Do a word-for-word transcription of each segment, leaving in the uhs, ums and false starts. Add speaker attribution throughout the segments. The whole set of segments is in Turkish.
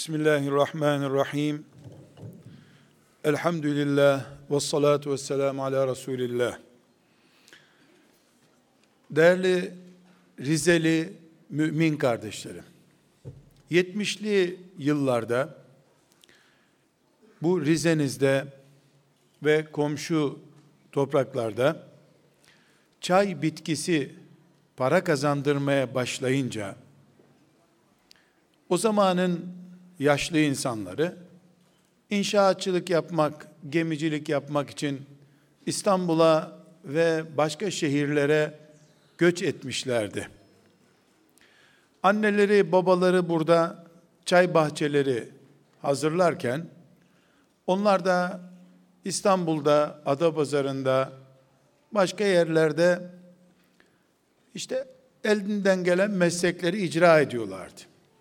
Speaker 1: Bismillahirrahmanirrahim. Elhamdülillah ve salatu ve selamu ala Resulillah. Değerli Rizeli mümin kardeşlerim, yetmişli yıllarda bu Rize'nizde ve komşu topraklarda çay bitkisi para kazandırmaya başlayınca, o zamanın yaşlı insanları inşaatçılık yapmak, gemicilik yapmak için İstanbul'a ve başka şehirlere göç etmişlerdi. Anneleri, babaları burada çay bahçeleri hazırlarken, onlar da İstanbul'da, Adapazarı'nda, başka yerlerde işte elinden gelen meslekleri icra ediyorlardı.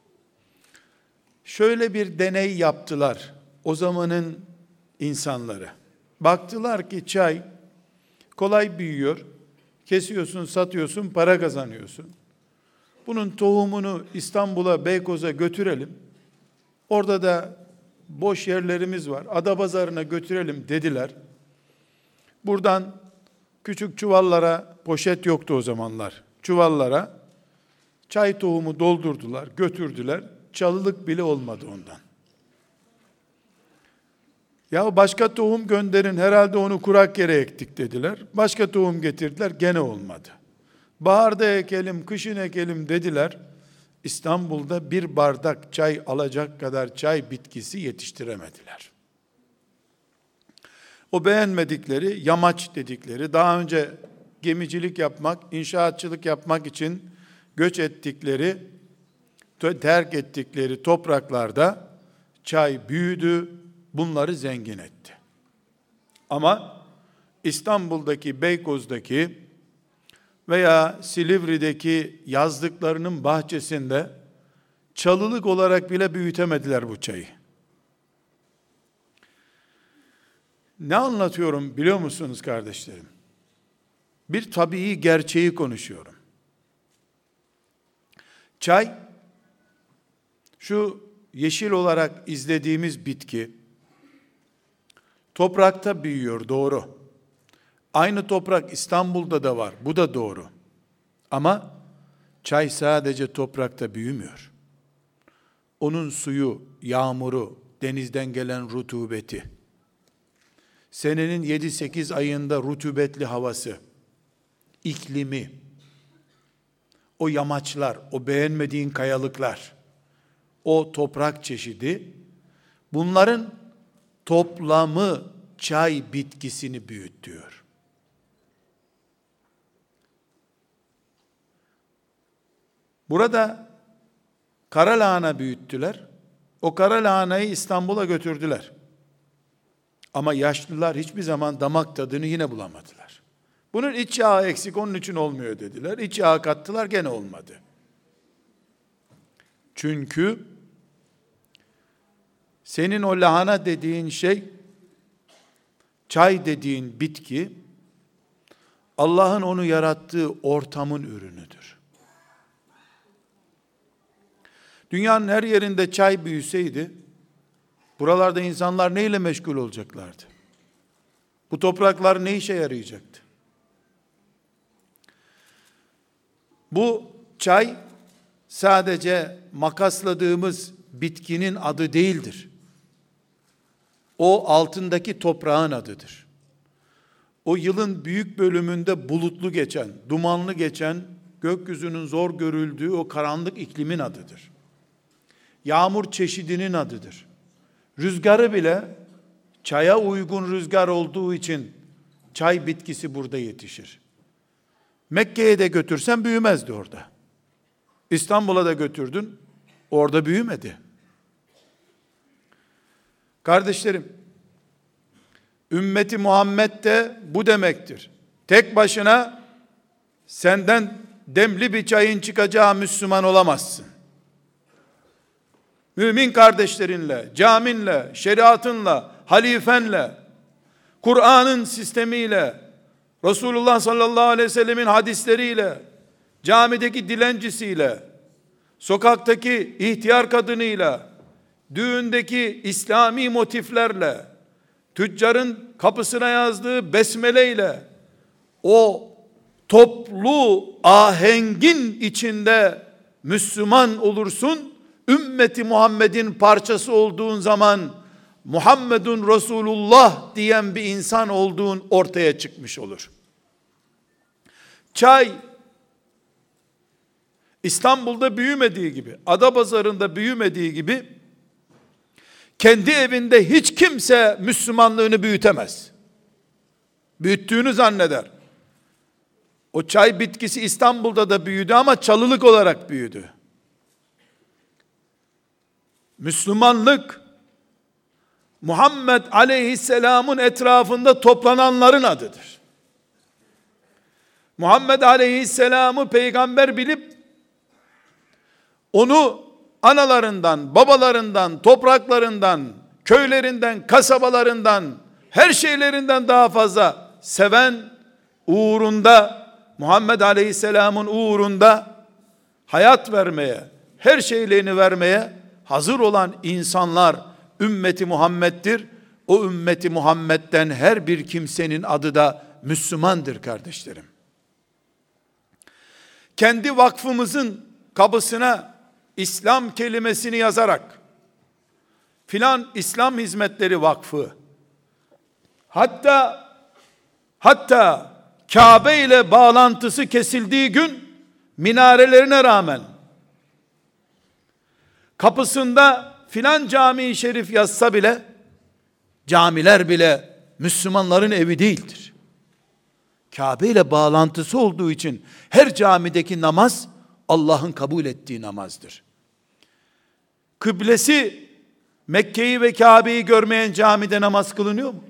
Speaker 1: Şöyle bir deney yaptılar o zamanın insanları. Baktılar ki çay kolay büyüyor. Kesiyorsun, satıyorsun, para kazanıyorsun. Bunun tohumunu İstanbul'a, Beykoz'a götürelim. Orada da boş yerlerimiz var. Adapazarı'na götürelim dediler. Buradan küçük çuvallara, poşet yoktu o zamanlar, çuvallara çay tohumu doldurdular, götürdüler. Çalılık bile olmadı ondan. Ya başka tohum gönderin, herhalde onu kurak yere ektik dediler. Başka tohum getirdiler, gene olmadı. Baharda ekelim, kışın ekelim dediler. İstanbul'da bir bardak çay alacak kadar çay bitkisi yetiştiremediler. O beğenmedikleri, yamaç dedikleri, daha önce gemicilik yapmak, inşaatçılık yapmak için göç ettikleri, terk ettikleri topraklarda çay büyüdü, bunları zengin etti. Ama İstanbul'daki, Beykoz'daki veya Silivri'deki yazlıklarının bahçesinde çalılık olarak bile büyütemediler bu çayı. Ne anlatıyorum biliyor musunuz kardeşlerim? Bir tabii gerçeği konuşuyorum. Çay, şu yeşil olarak izlediğimiz bitki, toprakta büyüyor, doğru. Aynı toprak İstanbul'da da var, bu da doğru. Ama çay sadece toprakta büyümüyor. Onun suyu, yağmuru, denizden gelen rutubeti, senenin yedi sekiz ayında rutubetli havası, iklimi, o yamaçlar, o beğenmediğin kayalıklar, o toprak çeşidi, bunların toplamı çay bitkisini büyütüyor. Burada kara lahana büyüttüler. O kara lahanayı İstanbul'a götürdüler. Ama yaşlılar hiçbir zaman damak tadını yine bulamadılar. Bunun iç yağı eksik, onun için olmuyor dediler. İç yağı kattılar, gene olmadı. Çünkü senin o lahana dediğin şey, çay dediğin bitki, Allah'ın onu yarattığı ortamın ürünüdür. Dünyanın her yerinde çay büyüseydi, buralarda insanlar neyle meşgul olacaklardı? Bu topraklar ne işe yarayacaktı? Bu çay, sadece makasladığımız bitkinin adı değildir. O altındaki toprağın adıdır. O yılın büyük bölümünde bulutlu geçen, dumanlı geçen, gökyüzünün zor görüldüğü o karanlık iklimin adıdır. Yağmur çeşidinin adıdır. Rüzgarı bile çaya uygun rüzgar olduğu için çay bitkisi burada yetişir. Mekke'ye de götürsen büyümezdi orada. İstanbul'a da götürdün, orada büyümedi. Kardeşlerim, ümmeti Muhammed de bu demektir. Tek başına senden demli bir çayın çıkacağı Müslüman olamazsın. Mümin kardeşlerinle, caminle, şeriatınla, halifenle, Kur'an'ın sistemiyle, Resulullah sallallahu aleyhi ve sellemin hadisleriyle, camideki dilencisiyle, sokaktaki ihtiyar kadınıyla, düğündeki İslami motiflerle, tüccarın kapısına yazdığı besmeleyle, o toplu ahengin içinde Müslüman olursun. Ümmeti Muhammed'in parçası olduğun zaman Muhammedun Resulullah diyen bir insan olduğun ortaya çıkmış olur. Çay İstanbul'da büyümediği gibi, Adapazarı'nda büyümediği gibi, kendi evinde hiç kimse Müslümanlığını büyütemez. Büyüttüğünü zanneder. O çay bitkisi İstanbul'da da büyüdü ama çalılık olarak büyüdü. Müslümanlık, Muhammed Aleyhisselam'ın etrafında toplananların adıdır. Muhammed Aleyhisselam'ı peygamber bilip, onu analarından, babalarından, topraklarından, köylerinden, kasabalarından, her şeylerinden daha fazla seven, uğrunda, Muhammed Aleyhisselam'ın uğrunda hayat vermeye, her şeylerini vermeye hazır olan insanlar ümmeti Muhammed'dir. O ümmeti Muhammed'den her bir kimsenin adı da Müslümandır kardeşlerim. Kendi vakfımızın kapısına İslam kelimesini yazarak, filan İslam Hizmetleri Vakfı, hatta hatta Kabe ile bağlantısı kesildiği gün minarelerine rağmen kapısında filan cami-i şerif yazsa bile, camiler bile Müslümanların evi değildir. Kabe ile bağlantısı olduğu için her camideki namaz Allah'ın kabul ettiği namazdır. Kıblesi Mekke'yi ve Kabe'yi görmeyen camide namaz kılınıyor mu?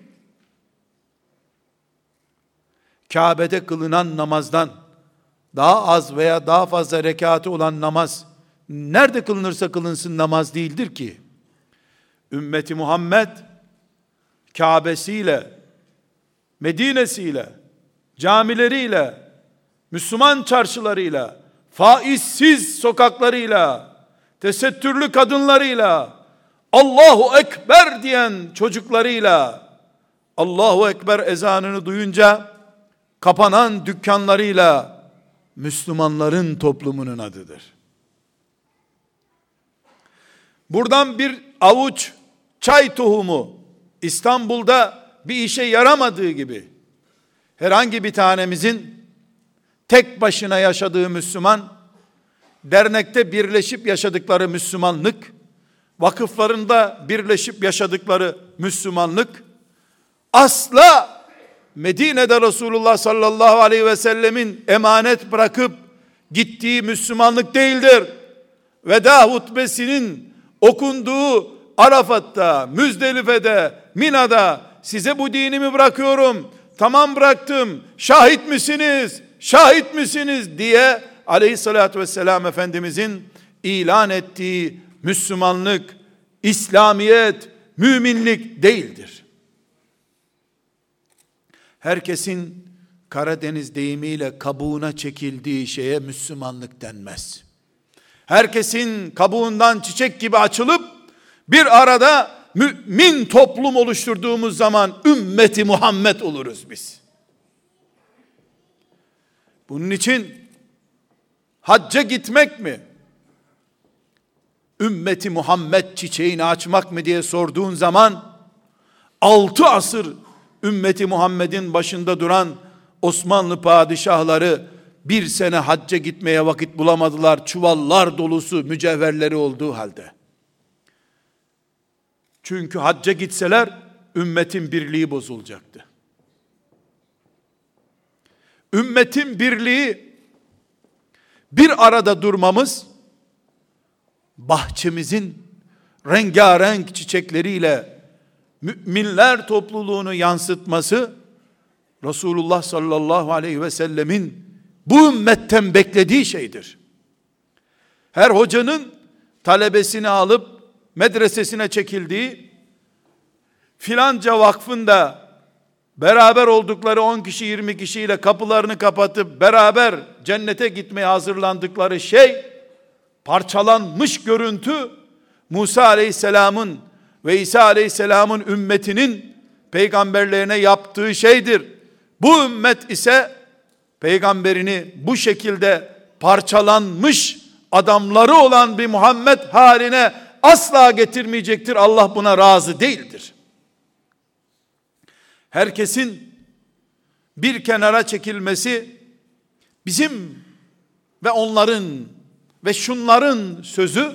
Speaker 1: Kabe'de kılınan namazdan daha az veya daha fazla rekatı olan namaz nerede kılınırsa kılınsın namaz değildir ki. Ümmeti Muhammed Kabe'siyle, Medine'siyle, camileriyle, Müslüman çarşılarıyla, faizsiz sokaklarıyla, tesettürlü kadınlarıyla, Allahu Ekber diyen çocuklarıyla, Allahu Ekber ezanını duyunca kapanan dükkanlarıyla Müslümanların toplumunun adıdır. Buradan bir avuç çay tohumu İstanbul'da bir işe yaramadığı gibi herhangi bir tanemizin tek başına yaşadığı Müslüman, dernekte birleşip yaşadıkları Müslümanlık, vakıflarında birleşip yaşadıkları Müslümanlık, asla Medine'de Resulullah sallallahu aleyhi ve sellemin emanet bırakıp gittiği Müslümanlık değildir. Veda hutbesinin okunduğu Arafat'ta, Müzdelife'de, Mina'da size bu dinimi bırakıyorum, tamam bıraktım, şahit misiniz, şahit misiniz diye aleyhissalatü vesselam Efendimizin ilan ettiği Müslümanlık, İslamiyet, müminlik değildir. Herkesin Karadeniz deyimiyle kabuğuna çekildiği şeye Müslümanlık denmez. Herkesin kabuğundan çiçek gibi açılıp bir arada mümin toplum oluşturduğumuz zaman ümmeti Muhammed oluruz biz. Bunun için hacca gitmek mi, ümmeti Muhammed çiçeğini açmak mı diye sorduğun zaman, altı asır ümmeti Muhammed'in başında duran Osmanlı padişahları bir sene hacca gitmeye vakit bulamadılar, çuvallar dolusu mücevherleri olduğu halde. Çünkü hacca gitseler ümmetin birliği bozulacaktı. Ümmetin birliği, bir arada durmamız, bahçemizin rengarenk çiçekleriyle müminler topluluğunu yansıtması, Resulullah sallallahu aleyhi ve sellemin bu ümmetten beklediği şeydir. Her hocanın talebesini alıp medresesine çekildiği, filanca vakfında beraber oldukları on kişi yirmi kişiyle kapılarını kapatıp beraber cennete gitmeye hazırlandıkları şey, parçalanmış görüntü, Musa aleyhisselamın ve İsa aleyhisselamın ümmetinin peygamberlerine yaptığı şeydir. Bu ümmet ise peygamberini bu şekilde parçalanmış adamları olan bir Muhammed haline asla getirmeyecektir. Allah buna razı değildir. Herkesin bir kenara çekilmesi bizim ve onların ve şunların sözü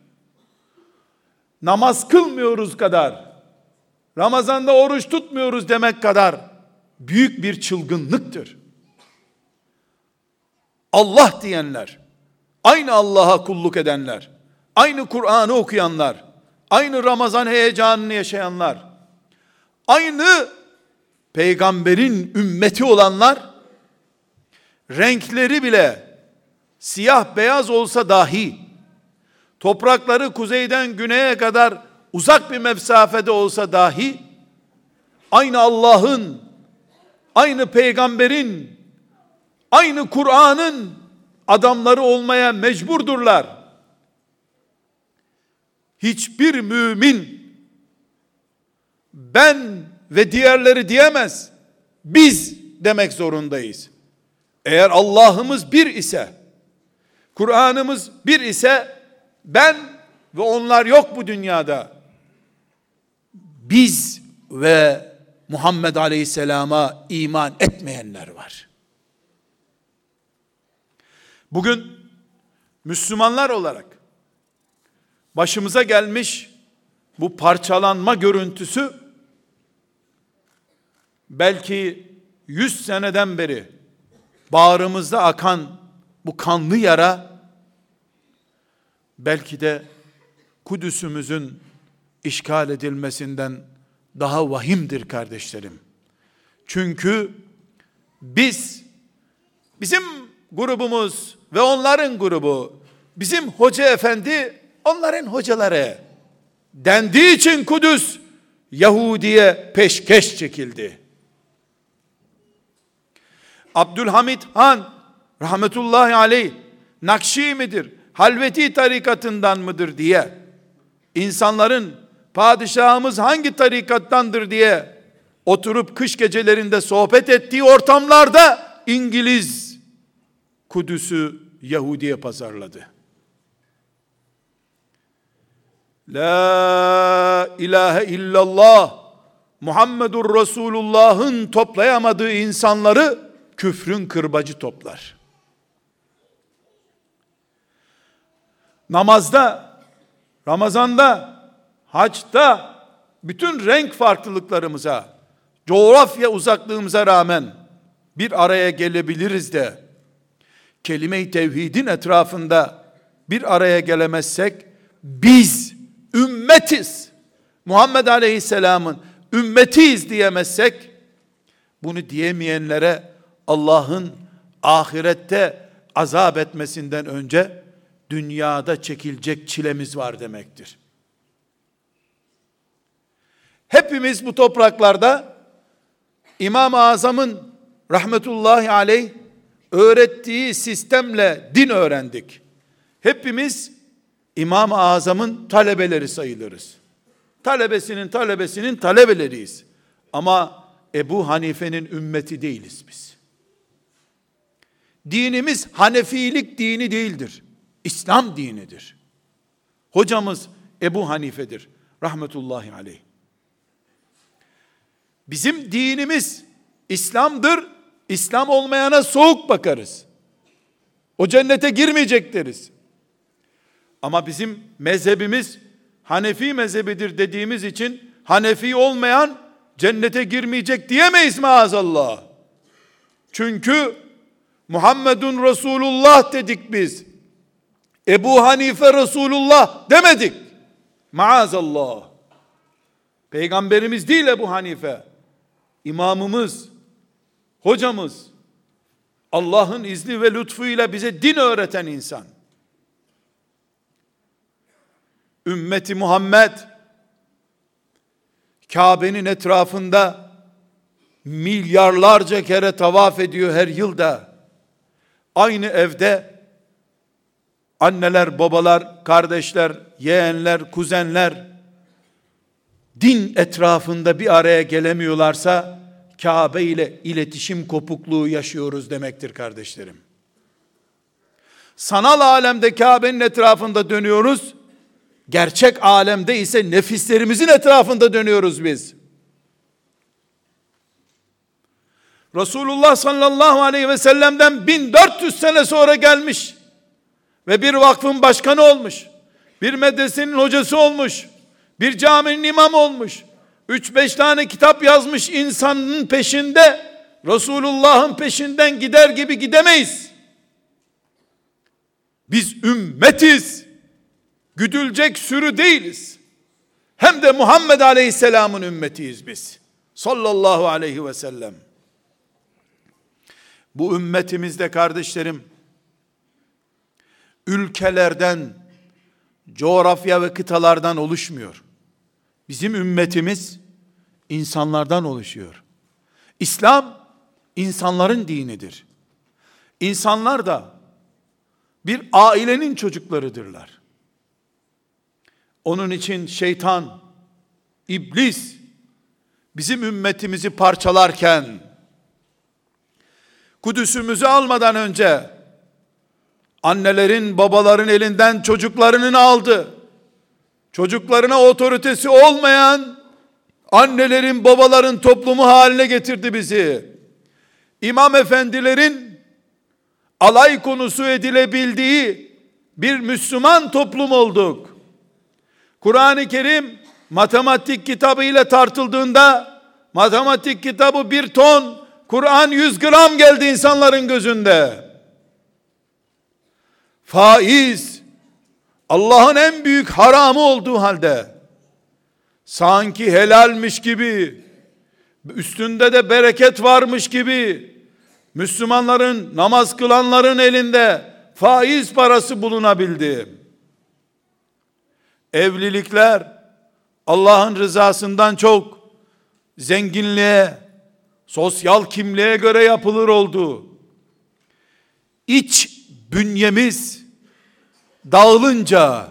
Speaker 1: namaz kılmıyoruz kadar, Ramazan'da oruç tutmuyoruz demek kadar büyük bir çılgınlıktır. Allah diyenler, aynı Allah'a kulluk edenler, aynı Kur'an'ı okuyanlar, aynı Ramazan heyecanını yaşayanlar, aynı peygamberin ümmeti olanlar, renkleri bile siyah beyaz olsa dahi, toprakları kuzeyden güneye kadar uzak bir mesafede olsa dahi, aynı Allah'ın, aynı peygamberin, aynı Kur'an'ın adamları olmaya mecburdurlar. Hiçbir mümin ben ve diğerleri diyemez. Biz demek zorundayız. Eğer Allah'ımız bir ise, Kur'an'ımız bir ise, ben ve onlar yok bu dünyada. Biz ve Muhammed Aleyhisselam'a iman etmeyenler var. Bugün Müslümanlar olarak başımıza gelmiş bu parçalanma görüntüsü belki yüz seneden beri bağrımızda akan bu kanlı yara belki de Kudüs'ümüzün işgal edilmesinden daha vahimdir kardeşlerim. Çünkü biz, bizim grubumuz ve onların grubu, bizim hoca efendi, onların hocaları dendiği için Kudüs Yahudi'ye peşkeş çekildi. Abdülhamid Han rahmetullahi aleyh Nakşi midir, Halveti tarikatından mıdır diye insanların padişahımız hangi tarikattandır diye oturup kış gecelerinde sohbet ettiği ortamlarda İngiliz Kudüs'ü Yahudi'ye pazarladı. La ilahe illallah Muhammedur Resulullah'ın toplayamadığı insanları küfrün kırbacı toplar. Namazda, Ramazan'da, haçta, bütün renk farklılıklarımıza, coğrafya uzaklığımıza rağmen bir araya gelebiliriz de, kelime-i tevhidin etrafında bir araya gelemezsek, biz ümmetiz, Muhammed Aleyhisselam'ın ümmetiyiz diyemezsek, bunu diyemeyenlere Allah'ın ahirette azap etmesinden önce dünyada çekilecek çilemiz var demektir. Hepimiz bu topraklarda İmam-ı Azam'ın rahmetullahi aleyh öğrettiği sistemle din öğrendik. Hepimiz İmam-ı Azam'ın talebeleri sayılırız. Talebesinin talebesinin talebeleriyiz. Ama Ebu Hanife'nin ümmeti değiliz biz. Dinimiz Hanefilik dini değildir. İslam dinidir. Hocamız Ebu Hanife'dir rahmetullahi aleyh. Bizim dinimiz İslam'dır. İslam olmayana soğuk bakarız. O cennete girmeyecek deriz. Ama bizim mezhebimiz Hanefi mezhebidir dediğimiz için Hanefi olmayan cennete girmeyecek diyemeyiz maazallah. Çünkü Muhammedun Resulullah dedik biz. Ebu Hanife Resulullah demedik. Maazallah. Peygamberimiz değil Ebu Hanife. İmamımız, hocamız, Allah'ın izni ve lütfuyla bize din öğreten insan. Ümmeti Muhammed Kabe'nin etrafında milyarlarca kere tavaf ediyor her yılda. Aynı evde anneler, babalar, kardeşler, yeğenler, kuzenler din etrafında bir araya gelemiyorlarsa Kabe ile iletişim kopukluğu yaşıyoruz demektir kardeşlerim. Sanal alemde Kabe'nin etrafında dönüyoruz. Gerçek alemde ise nefislerimizin etrafında dönüyoruz biz. Resulullah sallallahu aleyhi ve sellem'den bin dört yüz sene sonra gelmiş ve bir vakfın başkanı olmuş, bir medresenin hocası olmuş, bir caminin imamı olmuş, üç beş tane kitap yazmış insanın peşinde, Resulullah'ın peşinden gider gibi gidemeyiz. Biz ümmetiz, güdülecek sürü değiliz. Hem de Muhammed Aleyhisselam'ın ümmetiyiz biz. Sallallahu aleyhi ve sellem. Bu ümmetimizde kardeşlerim, ülkelerden, coğrafya ve kıtalardan oluşmuyor. Bizim ümmetimiz insanlardan oluşuyor. İslam insanların dinidir. İnsanlar da bir ailenin çocuklarıdırlar. Onun için şeytan, iblis bizim ümmetimizi parçalarken Kudüs'ümüzü almadan önce annelerin, babaların elinden çocuklarını aldı. Çocuklarına otoritesi olmayan annelerin, babaların toplumu haline getirdi bizi. İmam efendilerin alay konusu edilebildiği bir Müslüman toplum olduk. Kur'an-ı Kerim matematik kitabı ile tartıldığında matematik kitabı bir ton, Kur'an yüz gram geldi insanların gözünde. Faiz Allah'ın en büyük haramı olduğu halde sanki helalmiş gibi, üstünde de bereket varmış gibi Müslümanların, namaz kılanların elinde faiz parası bulunabildi. Evlilikler Allah'ın rızasından çok zenginliğe, sosyal kimliğe göre yapılır oldu. İç bünyemiz dağılınca,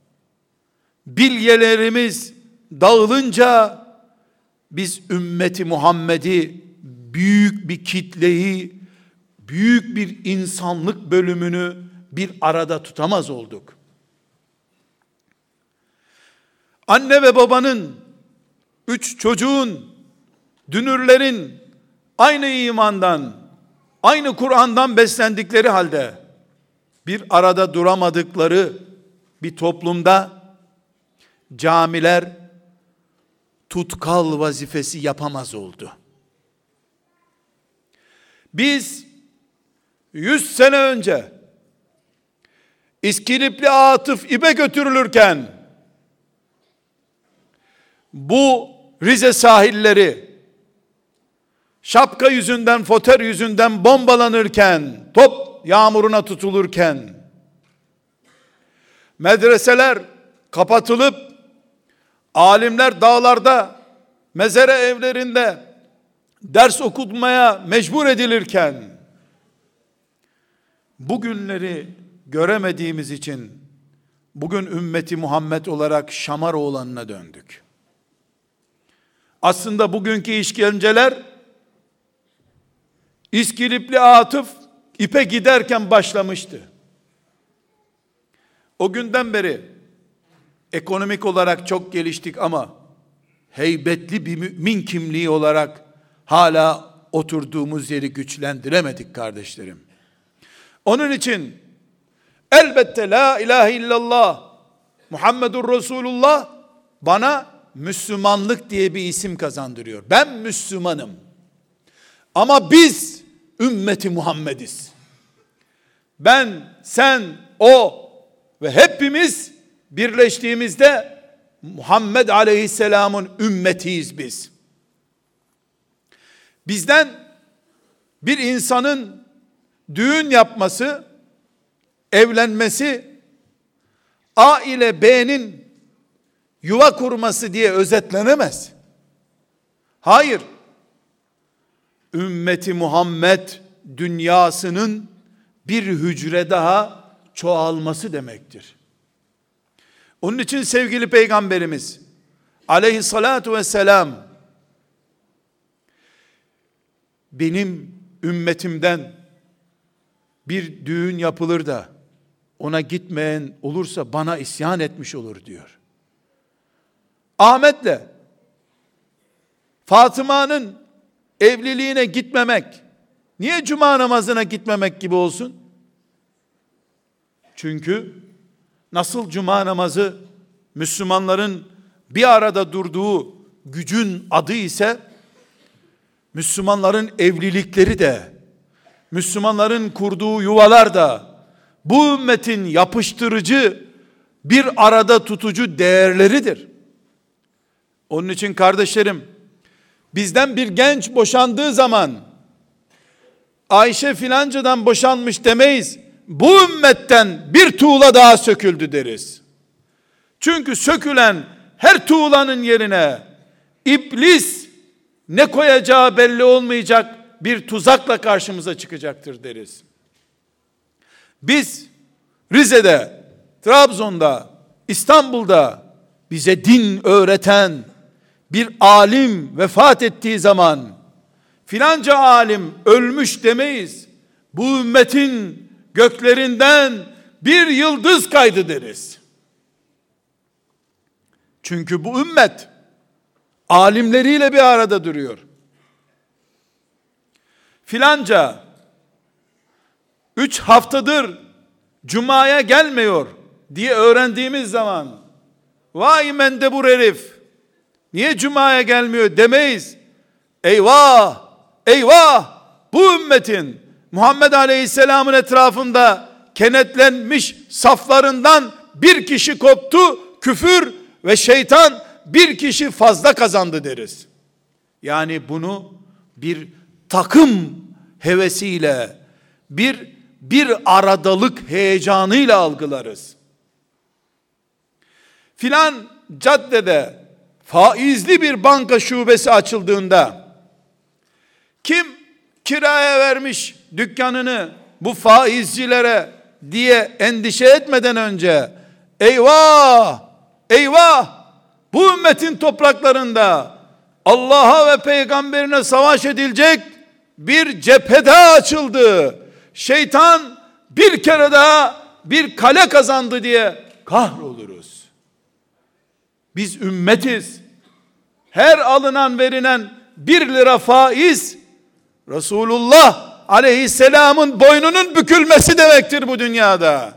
Speaker 1: bilyelerimiz dağılınca biz ümmeti Muhammed'i, büyük bir kitleyi, büyük bir insanlık bölümünü bir arada tutamaz olduk. Anne ve babanın, üç çocuğun, dünürlerin aynı imandan, aynı Kur'an'dan beslendikleri halde bir arada duramadıkları bir toplumda camiler tutkal vazifesi yapamaz oldu. Biz yüz sene önce İskilipli Atıf İp'e götürülürken, bu Rize sahilleri şapka yüzünden, foter yüzünden bombalanırken, top yağmuruna tutulurken, medreseler kapatılıp alimler dağlarda, mezere evlerinde ders okutmaya mecbur edilirken, bugünleri göremediğimiz için bugün ümmeti Muhammed olarak Şamaroğlan'ına döndük. Aslında bugünkü işkenceler İskilipli Atıf İp'e giderken başlamıştı. O günden beri ekonomik olarak çok geliştik ama heybetli bir mümin kimliği olarak hala oturduğumuz yeri güçlendiremedik kardeşlerim. Onun için elbette la ilahe illallah Muhammedur Resulullah bana Müslümanlık diye bir isim kazandırıyor. Ben Müslümanım. Ama biz ümmeti Muhammediz. Ben, sen, o ve hepimiz birleştiğimizde Muhammed Aleyhisselam'ın ümmetiyiz biz. Bizden bir insanın düğün yapması, evlenmesi, A ile B'nin yuva kurması diye özetlenemez. Hayır. Ümmeti Muhammed dünyasının bir hücre daha çoğalması demektir. Onun için sevgili Peygamberimiz aleyhissalatu vesselam, benim ümmetimden bir düğün yapılır da ona gitmeyen olursa bana isyan etmiş olur diyor. Ahmet'le Fatıma'nın evliliğine gitmemek, niye cuma namazına gitmemek gibi olsun? Çünkü nasıl cuma namazı Müslümanların bir arada durduğu gücün adı ise, Müslümanların evlilikleri de, Müslümanların kurduğu yuvalar da, bu ümmetin yapıştırıcı, bir arada tutucu değerleridir. Onun için kardeşlerim, bizden bir genç boşandığı zaman, Ayşe filancadan boşanmış demeyiz, bu ümmetten bir tuğla daha söküldü deriz. Çünkü sökülen her tuğlanın yerine, iblis ne koyacağı belli olmayacak bir tuzakla karşımıza çıkacaktır deriz. Biz Rize'de, Trabzon'da, İstanbul'da bize din öğreten bir alim vefat ettiği zaman, filanca alim ölmüş demeyiz. Bu ümmetin göklerinden bir yıldız kaydı deriz. Çünkü bu ümmet alimleriyle bir arada duruyor. Filanca üç haftadır cumaya gelmiyor diye öğrendiğimiz zaman, vay mendebur herif, niye cumaya gelmiyor demeyiz. Eyvah, eyvah, bu ümmetin Muhammed Aleyhisselam'ın etrafında kenetlenmiş saflarından bir kişi koptu, küfür ve şeytan bir kişi fazla kazandı deriz. Yani bunu bir takım hevesiyle, bir bir aradalık heyecanıyla algılarız. Filan caddede faizli bir banka şubesi açıldığında, kim kiraya vermiş dükkanını bu faizcilere diye endişe etmeden önce, eyvah, eyvah, bu ümmetin topraklarında Allah'a ve peygamberine savaş edilecek bir cephede açıldı, şeytan bir kere daha bir kale kazandı diye kahroluruz. Biz ümmetiz. Her alınan verilen bir lira faiz, Resulullah Aleyhisselam'ın boynunun bükülmesi demektir bu dünyada.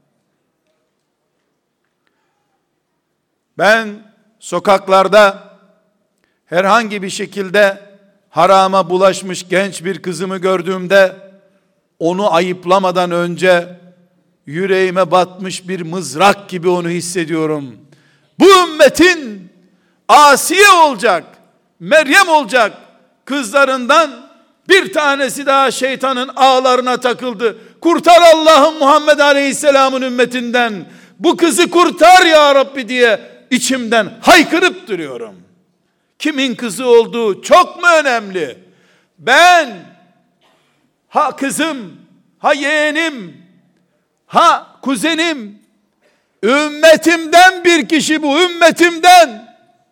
Speaker 1: Ben sokaklarda herhangi bir şekilde harama bulaşmış genç bir kızımı gördüğümde, onu ayıplamadan önce yüreğime batmış bir mızrak gibi onu hissediyorum. Bu ümmetin Asiye olacak, Meryem olacak kızlarından bir tanesi daha şeytanın ağlarına takıldı. Kurtar Allah'ım Muhammed Aleyhisselam'ın ümmetinden, bu kızı kurtar ya Rabbi diye içimden haykırıp duruyorum. Kimin kızı olduğu çok mu önemli? Ben, ha kızım, ha yeğenim, ha kuzenim, ümmetimden bir kişi bu, ümmetimden.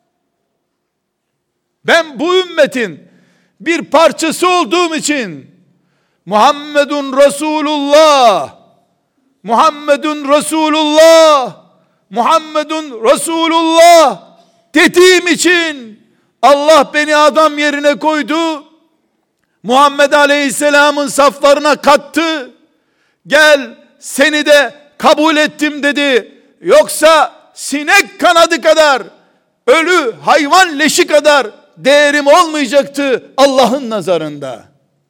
Speaker 1: Ben bu ümmetin bir parçası olduğum için Muhammedun Resulullah, Muhammedun Resulullah, Muhammedun Resulullah dediğim için Allah beni adam yerine koydu. Muhammed Aleyhisselam'ın saflarına kattı. Gel seni de kabul ettim dedi. Yoksa sinek kanadı kadar, ölü hayvan leşi kadar değerim olmayacaktı Allah'ın nazarında.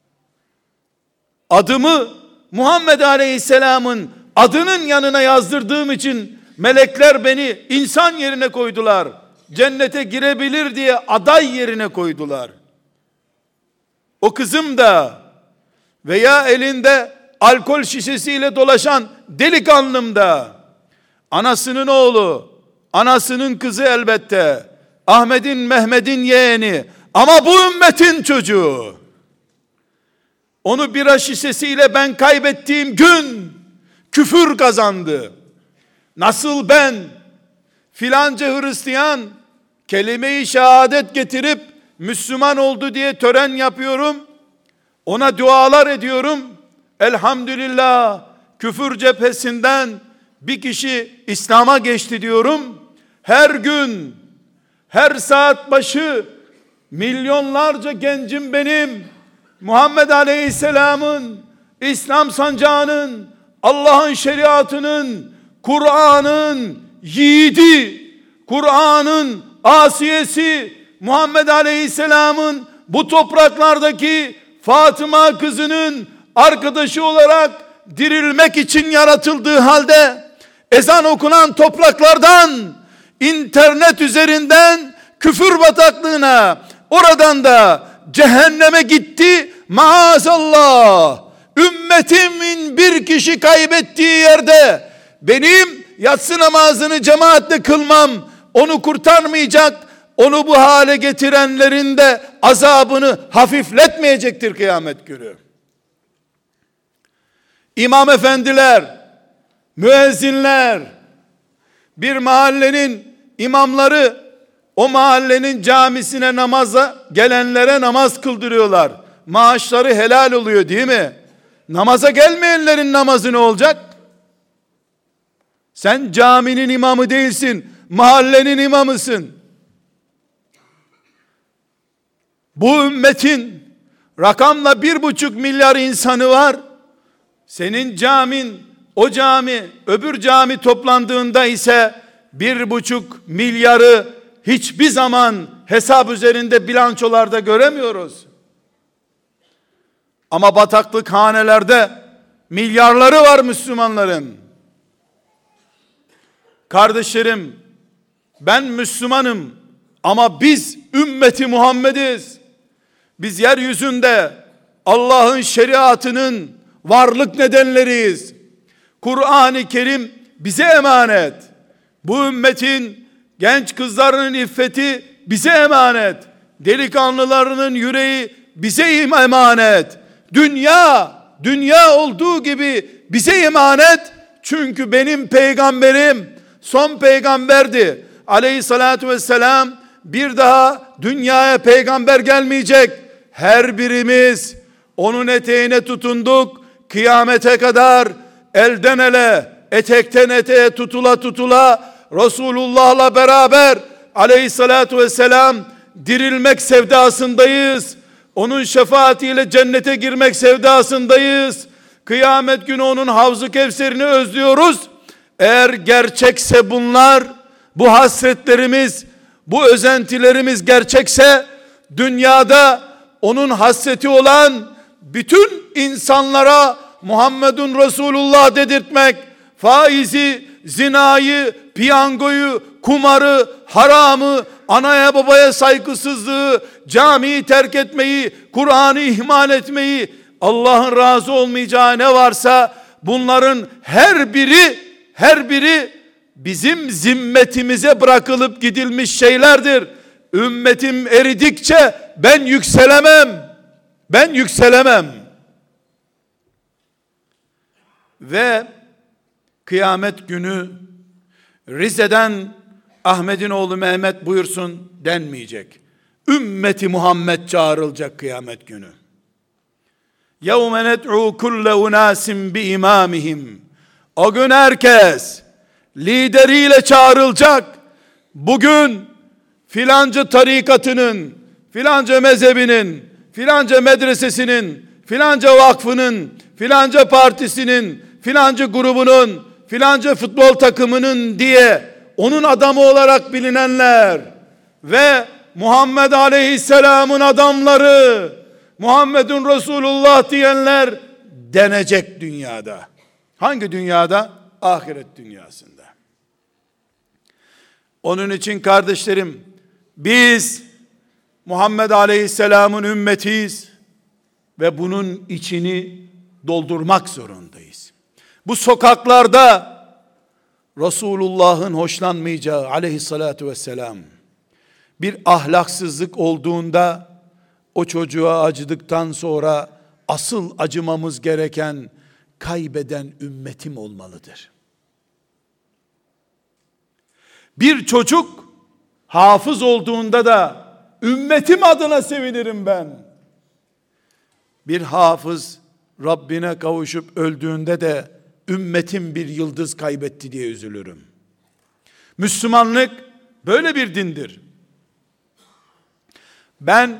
Speaker 1: Adımı Muhammed Aleyhisselam'ın adının yanına yazdırdığım için melekler beni insan yerine koydular. Cennete girebilir diye aday yerine koydular. O kızım da veya elinde alkol şişesiyle dolaşan delikanlım da, anasının oğlu, anasının kızı elbette, Ahmet'in Mehmet'in yeğeni, ama bu ümmetin çocuğu. Onu bira şişesiyle ben kaybettiğim gün küfür kazandı. Nasıl ben filanca Hristiyan kelime-i şehadet getirip Müslüman oldu diye tören yapıyorum, ona dualar ediyorum, elhamdülillah küfür cephesinden bir kişi İslam'a geçti diyorum. Her gün, her saat başı milyonlarca gencim benim Muhammed Aleyhisselam'ın, İslam sancağının, Allah'ın şeriatının, Kur'an'ın yiğidi, Kur'an'ın asiyesi, Muhammed Aleyhisselam'ın bu topraklardaki Fatıma kızının arkadaşı olarak dirilmek için yaratıldığı halde ezan okunan topraklardan internet üzerinden küfür bataklığına, oradan da cehenneme gitti maazallah. Ümmetimin bir kişi kaybettiği yerde benim yatsı namazını cemaatle kılmam onu kurtarmayacak, onu bu hale getirenlerin de azabını hafifletmeyecektir kıyamet günü. İmam efendiler, müezzinler, bir mahallenin imamları o mahallenin camisine namaza gelenlere namaz kıldırıyorlar. Maaşları helal oluyor değil mi? Namaza gelmeyenlerin namazı ne olacak? Sen caminin imamı değilsin, mahallenin imamısın. Bu ümmetin rakamla bir buçuk milyar insanı var. Senin camin, o cami, öbür cami toplandığında ise bir buçuk milyarı hiçbir zaman hesap üzerinde bilançolarda göremiyoruz. Ama bataklık hanelerde milyarları var Müslümanların. Kardeşlerim, ben Müslümanım ama biz ümmeti Muhammediz. Biz yeryüzünde Allah'ın şeriatının varlık nedenleriyiz. Kur'an-ı Kerim bize emanet. Bu ümmetin genç kızlarının iffeti bize emanet. Delikanlılarının yüreği bize emanet. Dünya, dünya olduğu gibi bize emanet. Çünkü benim peygamberim son peygamberdi. Aleyhissalatü vesselam bir daha dünyaya peygamber gelmeyecek. Her birimiz onun eteğine tutunduk. Kıyamete kadar elden ele, etekten eteğe tutula tutula Resulullah'la beraber aleyhissalatü vesselam dirilmek sevdasındayız. Onun şefaatiyle cennete girmek sevdasındayız. Kıyamet günü onun Havz-ı Kevser'ini özlüyoruz. Eğer gerçekse bunlar, bu hasretlerimiz, bu özentilerimiz gerçekse, dünyada onun hasreti olan bütün insanlara Muhammedun Resulullah dedirtmek, faizi, zinayı, piyangoyu, kumarı, haramı, anaya babaya saygısızlığı, camiyi terk etmeyi, Kur'an'ı ihmal etmeyi, Allah'ın razı olmayacağı ne varsa bunların her biri, her biri bizim zimmetimize bırakılıp gidilmiş şeylerdir. Ümmetim eridikçe ben yükselemem. Ben yükselemem. Ve kıyamet günü Rize'den Ahmet'in oğlu Mehmet buyursun denmeyecek. Ümmeti Muhammed çağrılacak kıyamet günü. يَوْمَ نَدْعُوا كُلَّ اُنَاسٍ بِاِمَامِهِمْ. O gün herkes lideriyle çağrılacak. Bugün filanca tarikatının, filanca mezhebinin, filanca medresesinin, filanca vakfının, filanca partisinin, filanca grubunun, filanca futbol takımının diye onun adamı olarak bilinenler ve Muhammed Aleyhisselam'ın adamları, Muhammedun Resulullah diyenler denecek dünyada. Hangi dünyada? Ahiret dünyasında. Onun için kardeşlerim, biz Muhammed Aleyhisselam'ın ümmetiyiz ve bunun içini doldurmak zorundayız. Bu sokaklarda Resulullah'ın hoşlanmayacağı aleyhissalatu vesselam bir ahlaksızlık olduğunda o çocuğa acıdıktan sonra asıl acımamız gereken kaybeden ümmetim olmalıdır. Bir çocuk hafız olduğunda da ümmetim adına sevinirim ben. Bir hafız Rabbine kavuşup öldüğünde de ümmetim bir yıldız kaybetti diye üzülürüm. Müslümanlık böyle bir dindir. Ben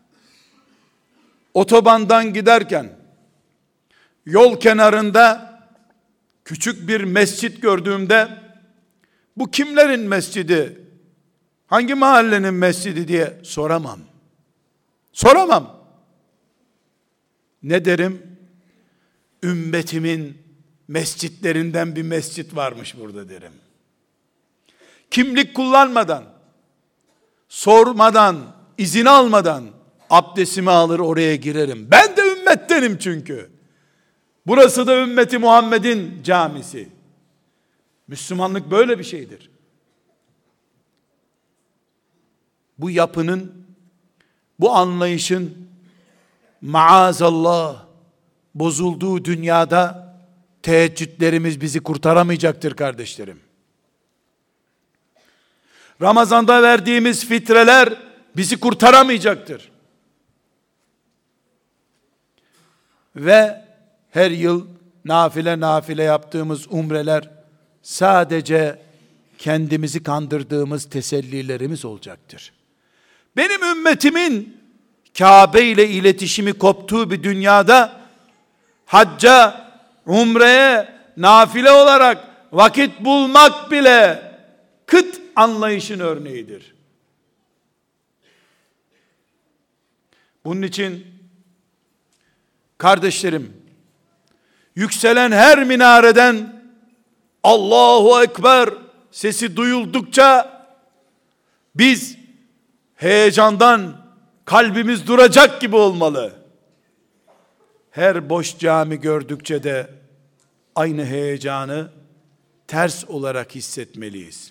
Speaker 1: otobandan giderken yol kenarında küçük bir mescit gördüğümde bu kimlerin mescidi, hangi mahallenin mescidi diye soramam. Soramam. Ne derim? Ümmetimin mescitlerinden bir mescit varmış burada derim. Kimlik kullanmadan, sormadan, izin almadan abdestimi alır oraya girerim. Ben de ümmettenim çünkü. Burası da ümmeti Muhammed'in camisi. Müslümanlık böyle bir şeydir. Bu yapının, bu anlayışın maazallah bozulduğu dünyada teheccüdlerimiz bizi kurtaramayacaktır kardeşlerim. Ramazanda verdiğimiz fitreler bizi kurtaramayacaktır. Ve her yıl nafile nafile yaptığımız umreler sadece kendimizi kandırdığımız tesellilerimiz olacaktır. Benim ümmetimin Kabe ile iletişimi koptuğu bir dünyada hacca, umreye nafile olarak vakit bulmak bile kıt anlayışın örneğidir. Bunun için kardeşlerim, yükselen her minareden Allahu Ekber sesi duyuldukça biz heyecandan kalbimiz duracak gibi olmalı. Her boş cami gördükçe de aynı heyecanı ters olarak hissetmeliyiz.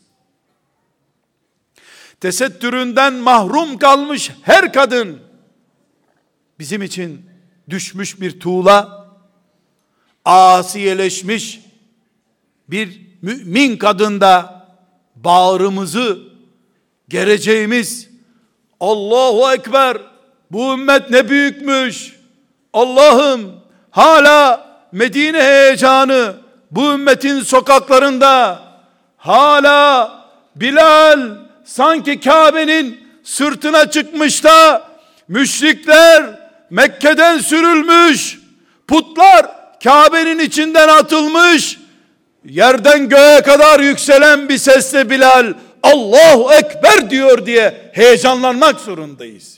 Speaker 1: Tesettüründen mahrum kalmış her kadın bizim için düşmüş bir tuğla, asiyeleşmiş bir mümin kadında bağrımızı gereceğimiz Allahu Ekber, bu ümmet ne büyükmüş, Allah'ım hala Medine heyecanı bu ümmetin sokaklarında, hala Bilal sanki Kabe'nin sırtına çıkmış da müşrikler Mekke'den sürülmüş, putlar Kabe'nin içinden atılmış, yerden göğe kadar yükselen bir sesle Bilal Allahu Ekber diyor diye heyecanlanmak zorundayız.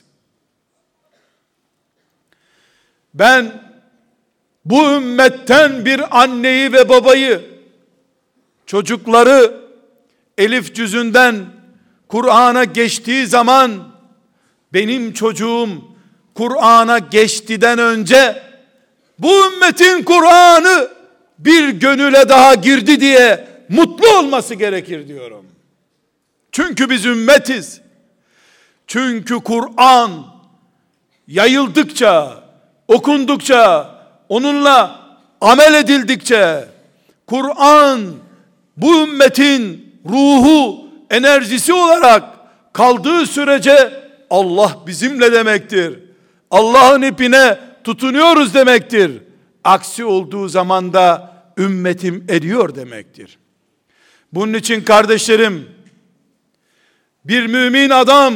Speaker 1: Ben bu ümmetten bir anneyi ve babayı, çocukları elif cüzünden Kur'an'a geçtiği zaman benim çocuğum Kur'an'a geçtiden önce bu ümmetin Kur'an'ı bir gönüle daha girdi diye mutlu olması gerekir diyorum. Çünkü biz ümmetiz. Çünkü Kur'an yayıldıkça, okundukça, onunla amel edildikçe, Kur'an bu ümmetin ruhu, enerjisi olarak kaldığı sürece Allah bizimle demektir. Allah'ın ipine tutunuyoruz demektir. Aksi olduğu zaman da ümmetim eriyor demektir. Bunun için kardeşlerim, bir mümin adam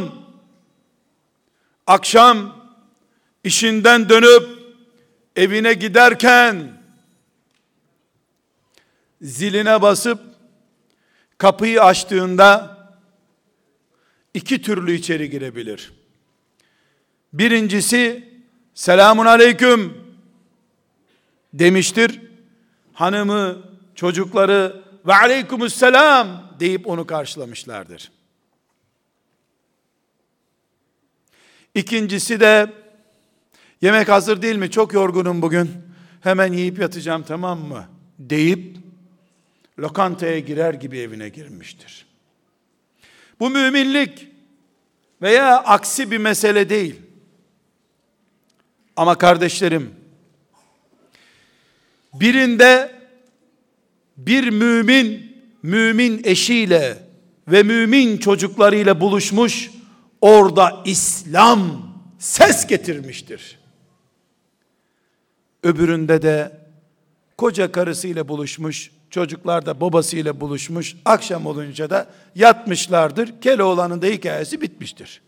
Speaker 1: akşam işinden dönüp evine giderken ziline basıp kapıyı açtığında iki türlü içeri girebilir. Birincisi selamun aleyküm demiştir. Hanımı, çocukları ve aleykümüsselam deyip onu karşılamışlardır. İkincisi de yemek hazır değil mi? Çok yorgunum bugün. Hemen yiyip yatacağım, tamam mı? deyip lokantaya girer gibi evine girmiştir. Bu müminlik veya aksi bir mesele değil. Ama kardeşlerim, Birinde bir mümin, mümin eşiyle ve mümin çocuklarıyla buluşmuş, orada İslam ses getirmiştir. Öbüründe de koca karısıyla buluşmuş, çocuklar da babasıyla buluşmuş, akşam olunca da yatmışlardır. Keloğlan'ın da hikayesi bitmiştir.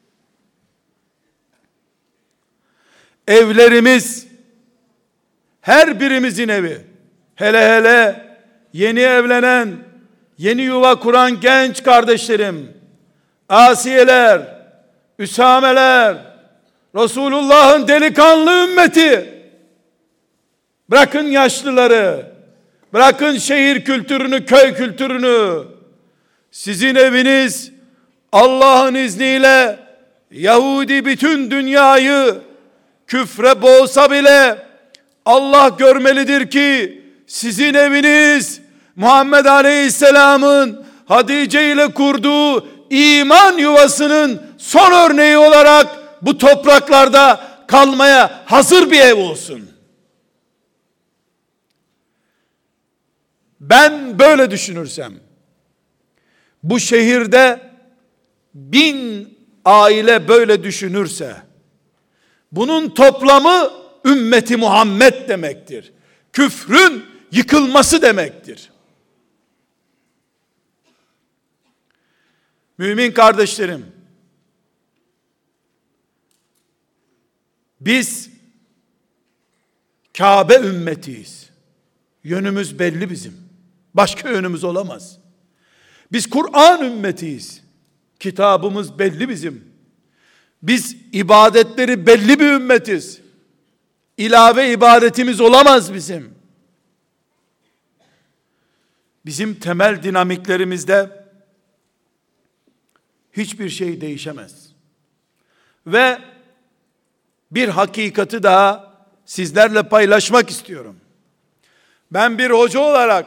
Speaker 1: Evlerimiz, her birimizin evi, hele hele yeni evlenen, yeni yuva kuran genç kardeşlerim, Asiyeler, Üsameler, Resulullah'ın delikanlı ümmeti, bırakın yaşlıları, bırakın şehir kültürünü, köy kültürünü, sizin eviniz Allah'ın izniyle Yahudi bütün dünyayı küfre boğsa bile Allah görmelidir ki sizin eviniz Muhammed Aleyhisselam'ın Hatice ile kurduğu iman yuvasının son örneği olarak bu topraklarda kalmaya hazır bir ev olsun. Ben böyle düşünürsem, bu şehirde bin aile böyle düşünürse, bunun toplamı ümmeti Muhammed demektir. Küfrün yıkılması demektir. Mümin kardeşlerim, biz Kabe ümmetiyiz. Yönümüz belli bizim. Başka yönümüz olamaz. Biz Kur'an ümmetiyiz. Kitabımız belli bizim. Biz ibadetleri belli bir ümmetiz. İlave ibadetimiz olamaz bizim. Bizim temel dinamiklerimizde hiçbir şey değişemez. Ve bir hakikati daha sizlerle paylaşmak istiyorum. Ben bir hoca olarak,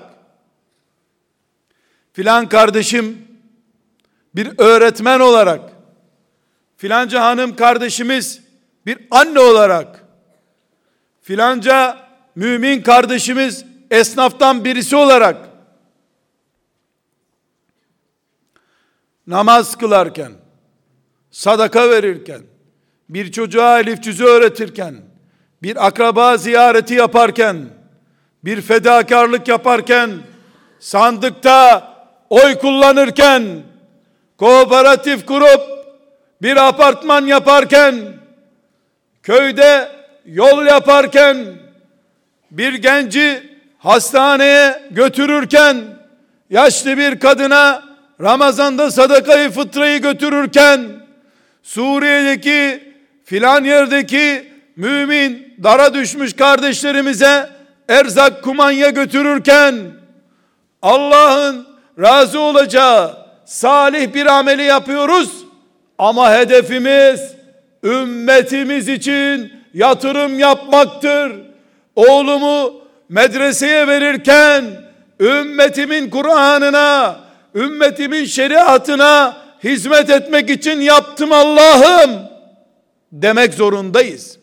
Speaker 1: filan kardeşim bir öğretmen olarak, filanca hanım kardeşimiz bir anne olarak, filanca mümin kardeşimiz esnaftan birisi olarak, namaz kılarken, sadaka verirken, bir çocuğa elif cüzü öğretirken, bir akraba ziyareti yaparken, bir fedakarlık yaparken, sandıkta oy kullanırken, kooperatif kurup bir apartman yaparken, köyde yol yaparken, bir genci hastaneye götürürken, yaşlı bir kadına Ramazan'da sadakayı fıtrayı götürürken, Suriye'deki filan yerdeki mümin dara düşmüş kardeşlerimize erzak kumanya götürürken, Allah'ın razı olacağı salih bir ameli yapıyoruz ama hedefimiz ümmetimiz için yatırım yapmaktır. Oğlumu medreseye verirken ümmetimin Kur'an'ına, ümmetimin şeriatına hizmet etmek için yaptım Allah'ım demek zorundayız.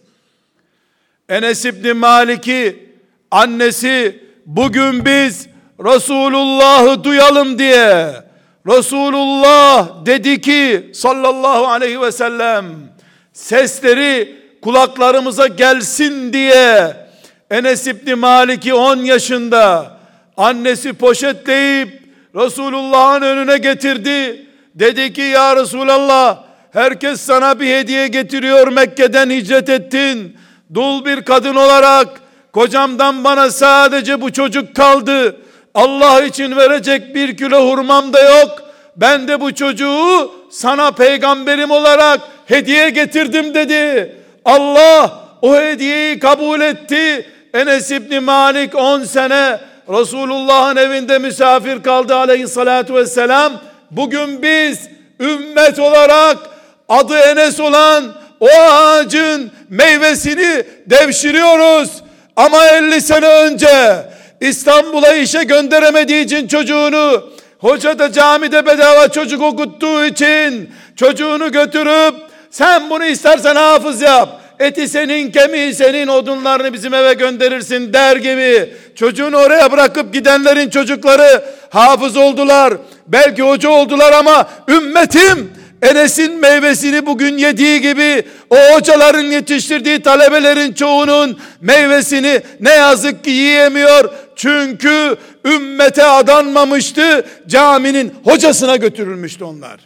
Speaker 1: Enes İbni Malik'i annesi bugün biz Resulullah'ı duyalım diye, Resulullah dedi ki sallallahu aleyhi ve sellem, sesleri kulaklarımıza gelsin diye Enes İbni Malik'i on yaşında annesi poşetleyip Resulullah'ın önüne getirdi. Dedi ki ya Resulallah, herkes sana bir hediye getiriyor, Mekke'den hicret ettin. Dul bir kadın olarak kocamdan bana sadece bu çocuk kaldı. Allah için verecek bir kilo hurmam da yok. Ben de bu çocuğu sana peygamberim olarak hediye getirdim dedi. Allah o hediyeyi kabul etti. Enes İbni Malik on sene Resulullah'ın evinde misafir kaldı aleyhissalatu vesselam. Bugün biz ümmet olarak adı Enes olan o ağacın meyvesini devşiriyoruz. Ama elli sene önce İstanbul'a işe gönderemediği için çocuğunu, hoca da camide bedava çocuk okuttuğu için çocuğunu götürüp sen bunu istersen hafız yap, eti senin, kemiği senin, odunlarını bizim eve gönderirsin der gibi çocuğunu oraya bırakıp gidenlerin çocukları hafız oldular, belki hoca oldular ama ümmetim Enes'in meyvesini bugün yediği gibi o hocaların yetiştirdiği talebelerin çoğunun meyvesini ne yazık ki yiyemiyor. Çünkü ümmete adanmamıştı, caminin hocasına götürülmüştü onlar.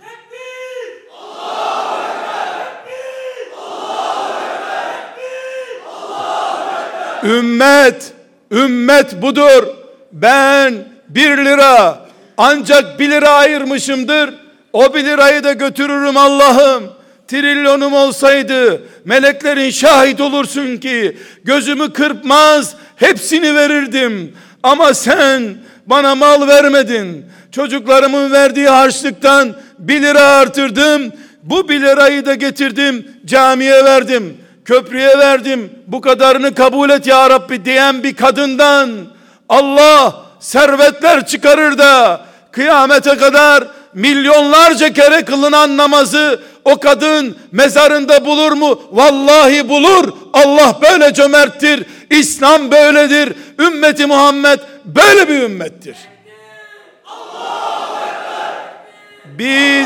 Speaker 1: Ümmet, ümmet budur. Ben bir lira ancak bir lira ayırmışımdır. O bir lirayı da götürürüm Allah'ım. Trilyonum olsaydı meleklerin şahit olursun ki gözümü kırpmaz hepsini verirdim. Ama sen bana mal vermedin. Çocuklarımın verdiği harçlıktan bir lira artırdım. Bu bir lirayı da getirdim camiye verdim, köprüye verdim. Bu kadarını kabul et ya Rabbi diyen bir kadından Allah servetler çıkarır da kıyamete kadar milyonlarca kere kılınan namazı o kadın mezarında bulur mu? Vallahi bulur. Allah böyle cömerttir. İslam böyledir. Ümmeti Muhammed böyle bir ümmettir. Biz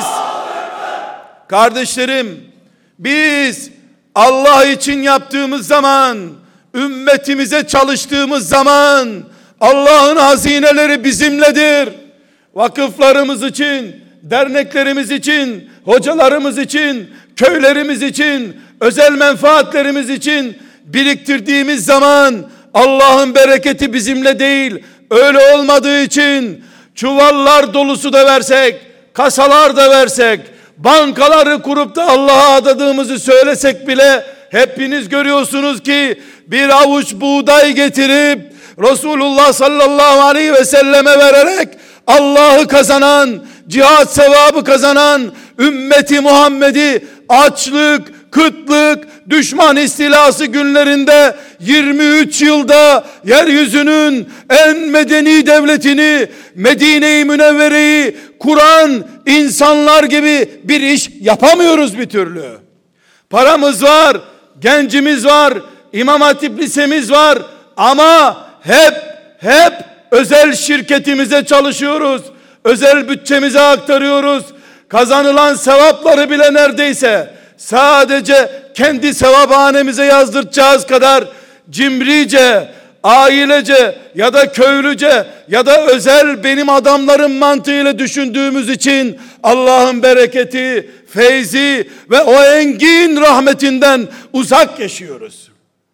Speaker 1: kardeşlerim, biz Allah için yaptığımız zaman, ümmetimize çalıştığımız zaman Allah'ın hazineleri bizimledir. Vakıflarımız için, derneklerimiz için, hocalarımız için, köylerimiz için, özel menfaatlerimiz için biriktirdiğimiz zaman Allah'ın bereketi bizimle değil. Öyle olmadığı için çuvallar dolusu da versek, kasalar da versek, bankaları kurup da Allah'a adadığımızı söylesek bile hepiniz görüyorsunuz ki bir avuç buğday getirip Resulullah sallallahu aleyhi ve selleme vererek Allah'ı kazanan, cihat sevabı kazanan ümmeti Muhammed'i açlık, kıtlık, düşman istilası günlerinde yirmi üç yılda yeryüzünün en medeni devletini, Medine-i Münevvere'yi kuran insanlar gibi bir iş yapamıyoruz bir türlü. Paramız var, gencimiz var, İmam Hatip lisemiz var ama hep hep özel şirketimize çalışıyoruz. Özel bütçemize aktarıyoruz. Kazanılan sevapları bile neredeyse sadece kendi sevaphanemize yazdıracağız kadar cimrice, ailece ya da köylüce ya da özel benim adamlarım mantığıyla düşündüğümüz için Allah'ın bereketi, feyzi ve o engin rahmetinden uzak yaşıyoruz.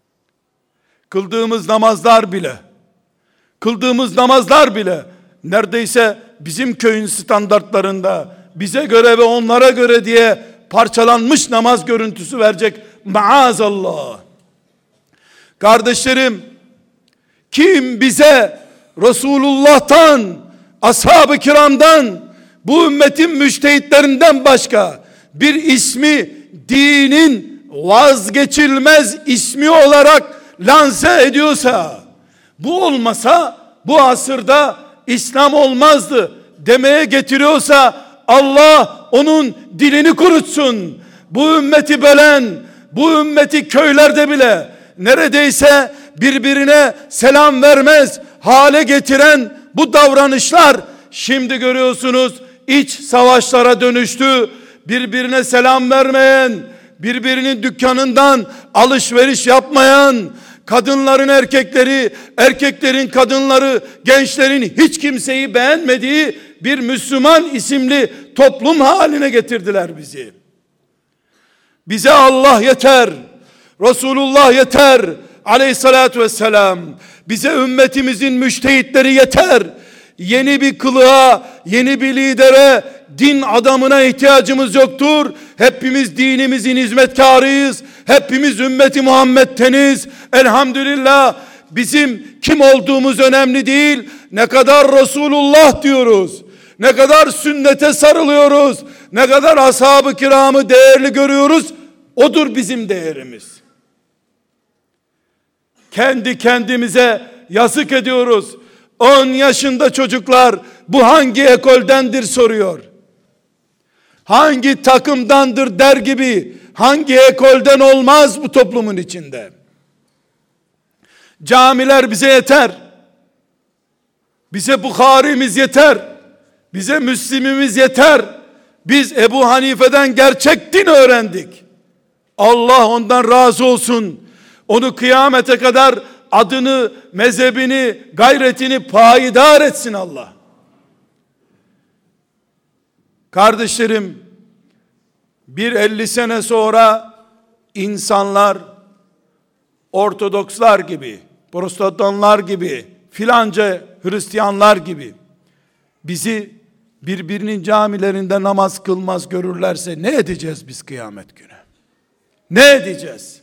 Speaker 1: Kıldığımız namazlar bile Kıldığımız namazlar bile neredeyse bizim köyün standartlarında bize göre ve onlara göre diye parçalanmış namaz görüntüsü verecek maazallah. Kardeşlerim, kim bize Resulullah'tan, ashab-ı kiramdan, bu ümmetin müçtehitlerinden başka bir ismi dinin vazgeçilmez ismi olarak lanse ediyorsa, bu olmasa bu asırda İslam olmazdı demeye getiriyorsa Allah onun dilini kurutsun. Bu ümmeti bölen, bu ümmeti köylerde bile neredeyse birbirine selam vermez hale getiren bu davranışlar şimdi görüyorsunuz iç savaşlara dönüştü. Birbirine selam vermeyen, birbirinin dükkanından alışveriş yapmayan, kadınların erkekleri, erkeklerin kadınları, gençlerin hiç kimseyi beğenmediği bir Müslüman isimli toplum haline getirdiler bizi. Bize Allah yeter, Resulullah yeter aleyhissalatü vesselam. Bize ümmetimizin müçtehitleri yeter. Yeni bir kılığa, yeni bir lidere, din adamına ihtiyacımız yoktur. Hepimiz dinimizin hizmetkarıyız. Hepimiz ümmeti Muhammed'teniz. Elhamdülillah bizim kim olduğumuz önemli değil. Ne kadar Resulullah diyoruz. Ne kadar sünnete sarılıyoruz. Ne kadar ashab-ı kiramı değerli görüyoruz. Odur bizim değerimiz. Kendi kendimize yazık ediyoruz. on yaşında çocuklar bu hangi ekoldendir soruyor. hangi takımdandır der gibi, hangi ekolden olmaz bu toplumun içinde. Camiler bize yeter. Bize Bukhari'miz yeter. Bize Müslim'imiz yeter. Biz Ebu Hanife'den gerçek din öğrendik. Allah ondan razı olsun. Onu kıyamete kadar adını, mezhebini, gayretini payidar etsin Allah. Kardeşlerim, bir elli sene sonra insanlar Ortodokslar gibi, Protestanlar gibi, filanca Hristiyanlar gibi bizi birbirinin camilerinde namaz kılmaz görürlerse ne edeceğiz biz kıyamet günü? Ne edeceğiz?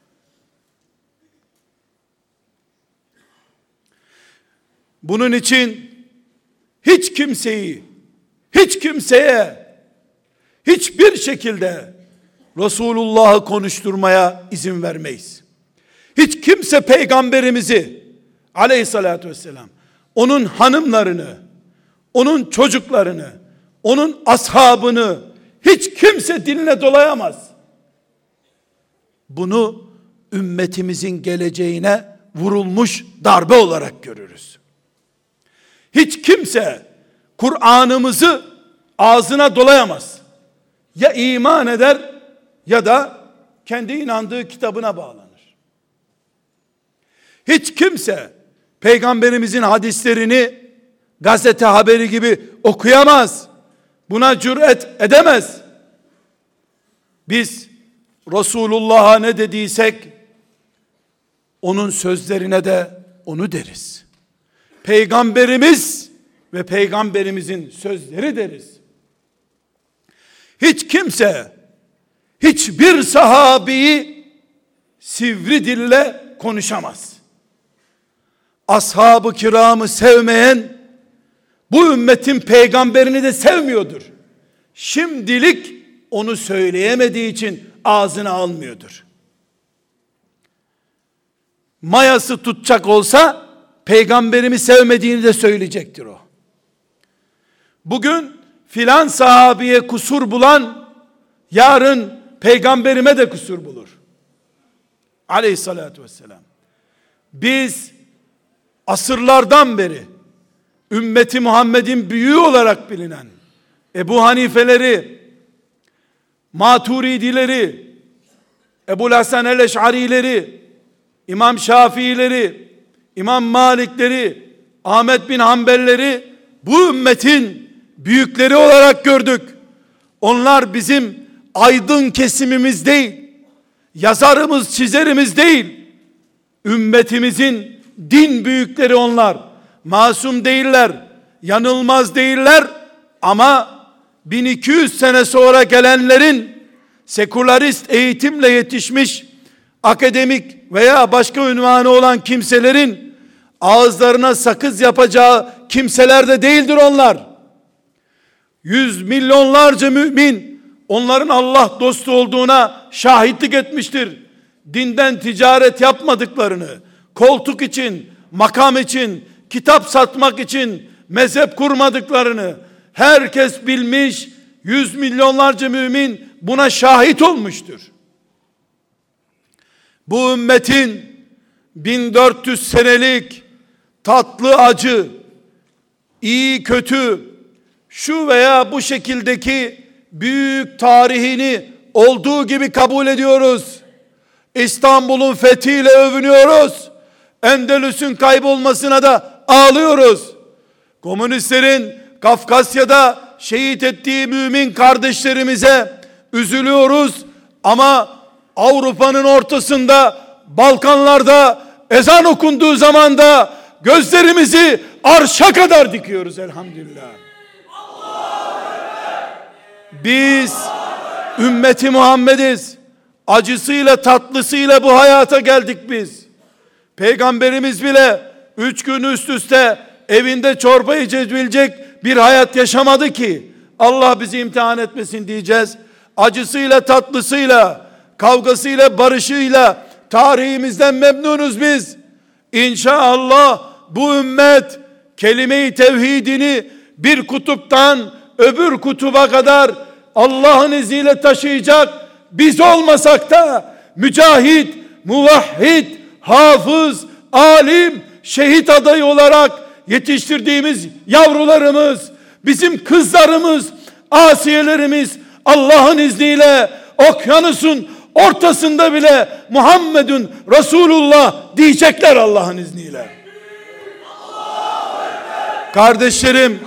Speaker 1: Bunun için hiç kimseyi, hiç kimseye, hiçbir şekilde Resulullah'ı konuşturmaya izin vermeyiz. Hiç kimse peygamberimizi aleyhissalatü vesselam, onun hanımlarını, onun çocuklarını, onun ashabını hiç kimse diline dolayamaz. Bunu ümmetimizin geleceğine vurulmuş darbe olarak görürüz. Hiç kimse Kur'an'ımızı ağzına dolayamaz. Ya iman eder ya da kendi inandığı kitabına bağlanır. Hiç kimse peygamberimizin hadislerini gazete haberi gibi okuyamaz. Buna cüret edemez. Biz Resulullah'a ne dediysek onun sözlerine de onu deriz. Peygamberimiz ve peygamberimizin sözleri deriz. Hiç kimse hiçbir sahabeyi sivri dille konuşamaz. Ashab-ı kiramı sevmeyen bu ümmetin peygamberini de sevmiyordur. Şimdilik onu söyleyemediği için ağzına almıyordur. Mayası tutacak olsa peygamberimi sevmediğini de söyleyecektir o. Bugün filan sahabiye kusur bulan yarın peygamberime de kusur bulur. Aleyhissalatü vesselam. Biz asırlardan beri ümmeti Muhammed'in büyüğü olarak bilinen Ebu Hanifeleri, Maturidileri, Ebu Hasan el-Eş'arileri, İmam Şafiileri, İmam Malikleri, Ahmet bin Hanbelleri bu ümmetin büyükleri olarak gördük. Onlar bizim aydın kesimimiz değil, yazarımız, çizerimiz değil. Ümmetimizin din büyükleri onlar. Masum değiller, yanılmaz değiller ama bin iki yüz sene sonra gelenlerin sekülerist eğitimle yetişmiş akademik veya başka ünvanı olan kimselerin ağızlarına sakız yapacağı kimseler de değildir onlar. Yüz milyonlarca mümin onların Allah dostu olduğuna şahitlik etmiştir. Dinden ticaret yapmadıklarını, koltuk için, makam için, kitap satmak için mezhep kurmadıklarını herkes bilmiş, yüz milyonlarca mümin buna şahit olmuştur. Bu ümmetin bin dört yüz senelik tatlı acı, iyi kötü, şu veya bu şekildeki büyük tarihini olduğu gibi kabul ediyoruz. İstanbul'un fethiyle övünüyoruz. Endülüs'ün kaybolmasına da ağlıyoruz. Komünistlerin Kafkasya'da şehit ettiği mümin kardeşlerimize üzülüyoruz. Ama Avrupa'nın ortasında, Balkanlarda ezan okunduğu zaman da gözlerimizi arşa kadar dikiyoruz elhamdülillah. Biz ümmeti Muhammediz. Acısıyla tatlısıyla bu hayata geldik biz. Peygamberimiz bile üç gün üst üste evinde çorba içebilecek bir hayat yaşamadı ki Allah bizi imtihan etmesin diyeceğiz. Acısıyla tatlısıyla, kavgasıyla barışıyla tarihimizden memnunuz biz. İnşallah bu ümmet kelime-i tevhidini bir kutuptan öbür kutuba kadar Allah'ın izniyle taşıyacak, biz olmasak da mücahit, muvahhid, hafız, alim, şehit adayı olarak yetiştirdiğimiz yavrularımız, bizim kızlarımız, asiyelerimiz Allah'ın izniyle okyanusun ortasında bile Muhammedun Resulullah diyecekler Allah'ın izniyle. Kardeşlerim,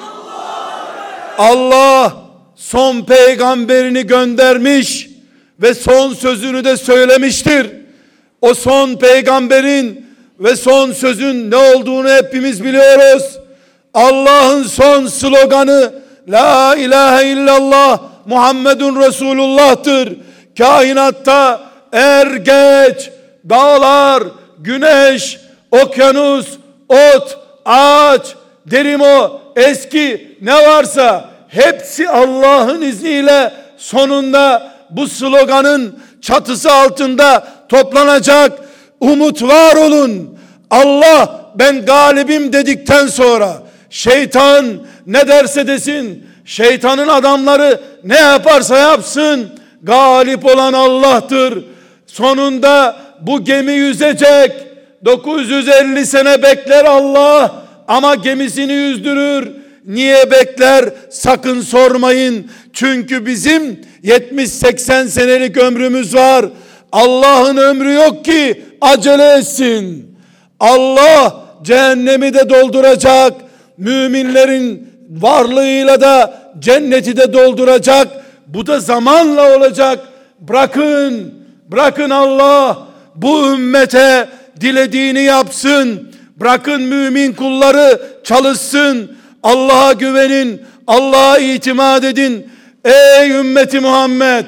Speaker 1: Allah son peygamberini göndermiş ve son sözünü de söylemiştir. O son peygamberin ve son sözün ne olduğunu hepimiz biliyoruz. Allah'ın son sloganı La ilahe illallah Muhammedun Resulullah'tır. Kainatta er geç dağlar, güneş, okyanus, ot, ağaç, derimo, eski ne varsa hepsi Allah'ın izniyle sonunda bu sloganın çatısı altında toplanacak. Umut var olun. Allah ben galibim dedikten sonra şeytan ne derse desin, şeytanın adamları ne yaparsa yapsın, galip olan Allah'tır. Sonunda bu gemi yüzecek. dokuz yüz elli sene bekler Allah ama gemisini yüzdürür. Niye bekler? Sakın sormayın. Çünkü bizim yetmiş seksen senelik ömrümüz var. Allah'ın ömrü yok ki acele etsin. Allah cehennemi de dolduracak. Müminlerin varlığıyla da cenneti de dolduracak. Bu da zamanla olacak. Bırakın, bırakın Allah bu ümmete dilediğini yapsın. Bırakın mümin kulları çalışsın. Allah'a güvenin, Allah'a itimat edin. Ey ümmeti Muhammed,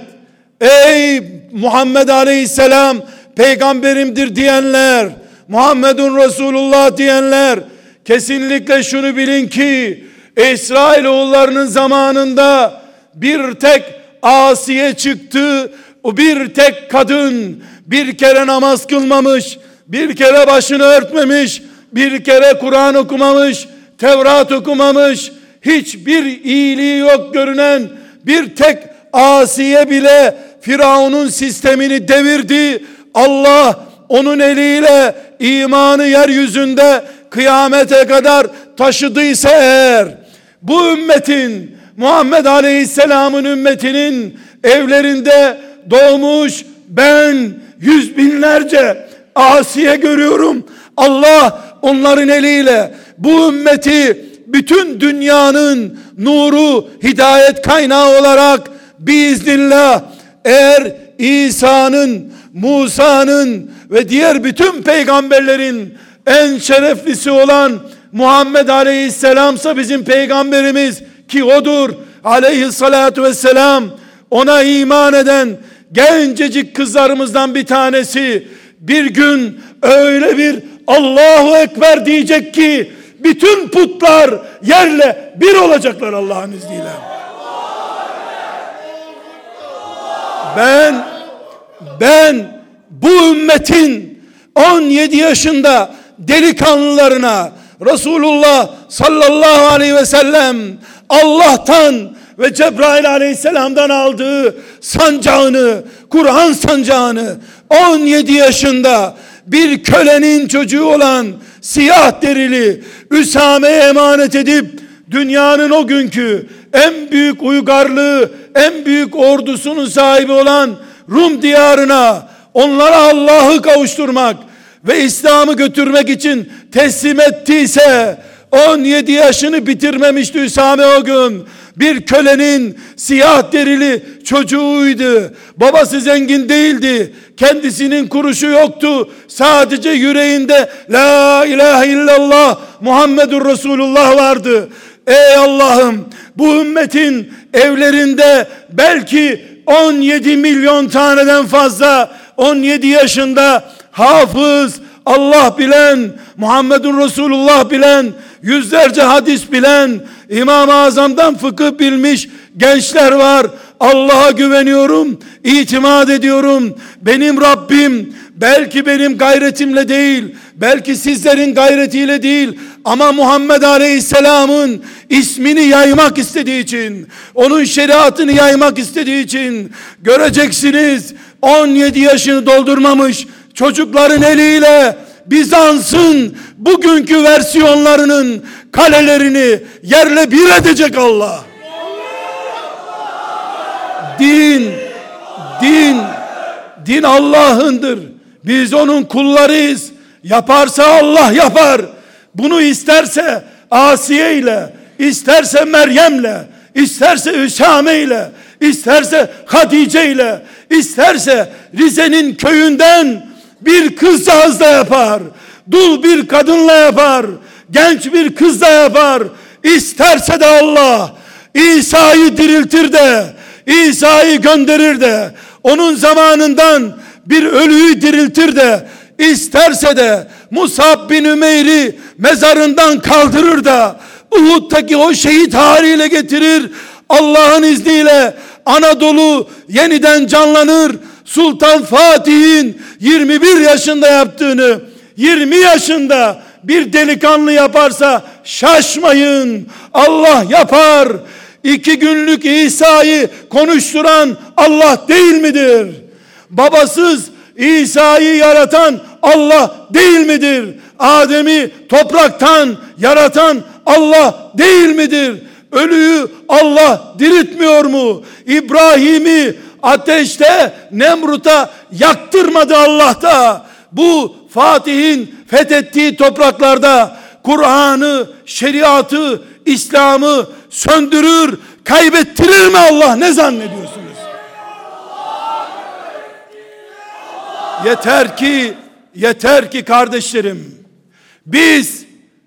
Speaker 1: ey Muhammed Aleyhisselam peygamberimdir diyenler, Muhammedun Resulullah diyenler, kesinlikle şunu bilin ki İsrailoğullarının zamanında bir tek Asiye çıktı. O bir tek kadın bir kere namaz kılmamış, bir kere başını örtmemiş, bir kere Kur'an okumamış, Tevrat okumamış, hiçbir iyiliği yok görünen bir tek Asiye bile Firavun'un sistemini devirdi. Allah onun eliyle imanı yeryüzünde kıyamete kadar taşıdıysa eğer, bu ümmetin, Muhammed Aleyhisselam'ın ümmetinin evlerinde doğmuş ben yüz binlerce Asiye görüyorum. Allah onların eliyle bu ümmeti bütün dünyanın nuru, hidayet kaynağı olarak biiznillah, eğer İsa'nın, Musa'nın ve diğer bütün peygamberlerin en şereflisi olan Muhammed Aleyhisselam'sa bizim peygamberimiz, ki odur aleyhissalatu vesselam, ona iman eden gencecik kızlarımızdan bir tanesi bir gün öyle bir Allahu Ekber diyecek ki bütün putlar yerle bir olacaklar Allah'ın izniyle. Ben ben bu ümmetin on yedi yaşında delikanlılarına Resulullah sallallahu aleyhi ve sellem Allah'tan ve Cebrail aleyhisselamdan aldığı sancağını, Kur'an sancağını on yedi yaşında bir kölenin çocuğu olan siyah derili Üsame'ye emanet edip dünyanın o günkü en büyük uygarlığı, en büyük ordusunun sahibi olan Rum diyarına onlara Allah'ı kavuşturmak ve İslam'ı götürmek için teslim ettiyse, on yedi yaşını bitirmemişti Üsame o gün. Bir kölenin siyah derili çocuğuydu. Babası zengin değildi. Kendisinin kuruşu yoktu. Sadece yüreğinde La ilahe illallah Muhammedur Resulullah vardı. Ey Allah'ım, bu ümmetin evlerinde belki on yedi milyon taneden fazla on yedi yaşında hafız, Allah bilen, Muhammedun Resulullah bilen, yüzlerce hadis bilen, İmam-ı Azam'dan fıkıh bilmiş gençler var. Allah'a güveniyorum, itimat ediyorum. Benim Rabbim belki benim gayretimle değil, belki sizlerin gayretiyle değil, ama Muhammed Aleyhisselam'ın ismini yaymak istediği için, onun şeriatını yaymak istediği için göreceksiniz, on yedi yaşını doldurmamış çocukların eliyle Bizans'ın bugünkü versiyonlarının kalelerini yerle bir edecek Allah. Din, din, din Allah'ındır. Biz onun kullarıyız. Yaparsa Allah yapar. Bunu isterse Asiye ile, isterse Meryem'le, isterse Üsame ile, isterse Hatice ile, isterse Rize'nin köyünden bir kızcağız da yapar. Dul bir kadınla yapar. Genç bir kız da yapar. İsterse de Allah İsa'yı diriltir de, İsa'yı gönderir de, onun zamanından bir ölüyü diriltir de, isterse de Musab bin Ümeyr'i mezarından kaldırır da Uhud'daki o şehit haliyle getirir. Allah'ın izniyle Anadolu yeniden canlanır. Sultan Fatih'in yirmi bir yaşında yaptığını yirmi yaşında bir delikanlı yaparsa şaşmayın. Allah yapar. İki günlük İsa'yı konuşturan Allah değil midir? Babasız İsa'yı yaratan Allah değil midir? Adem'i topraktan yaratan Allah değil midir? Ölüyü Allah diriltmiyor mu? İbrahim'i ateşte Nemrut'a yaktırmadı Allah da. Bu Fatih'in fethettiği topraklarda Kur'an'ı, şeriatı, İslam'ı söndürür, kaybettirir mi Allah? Ne zannediyorsunuz? Yeter ki, yeter ki kardeşlerim, biz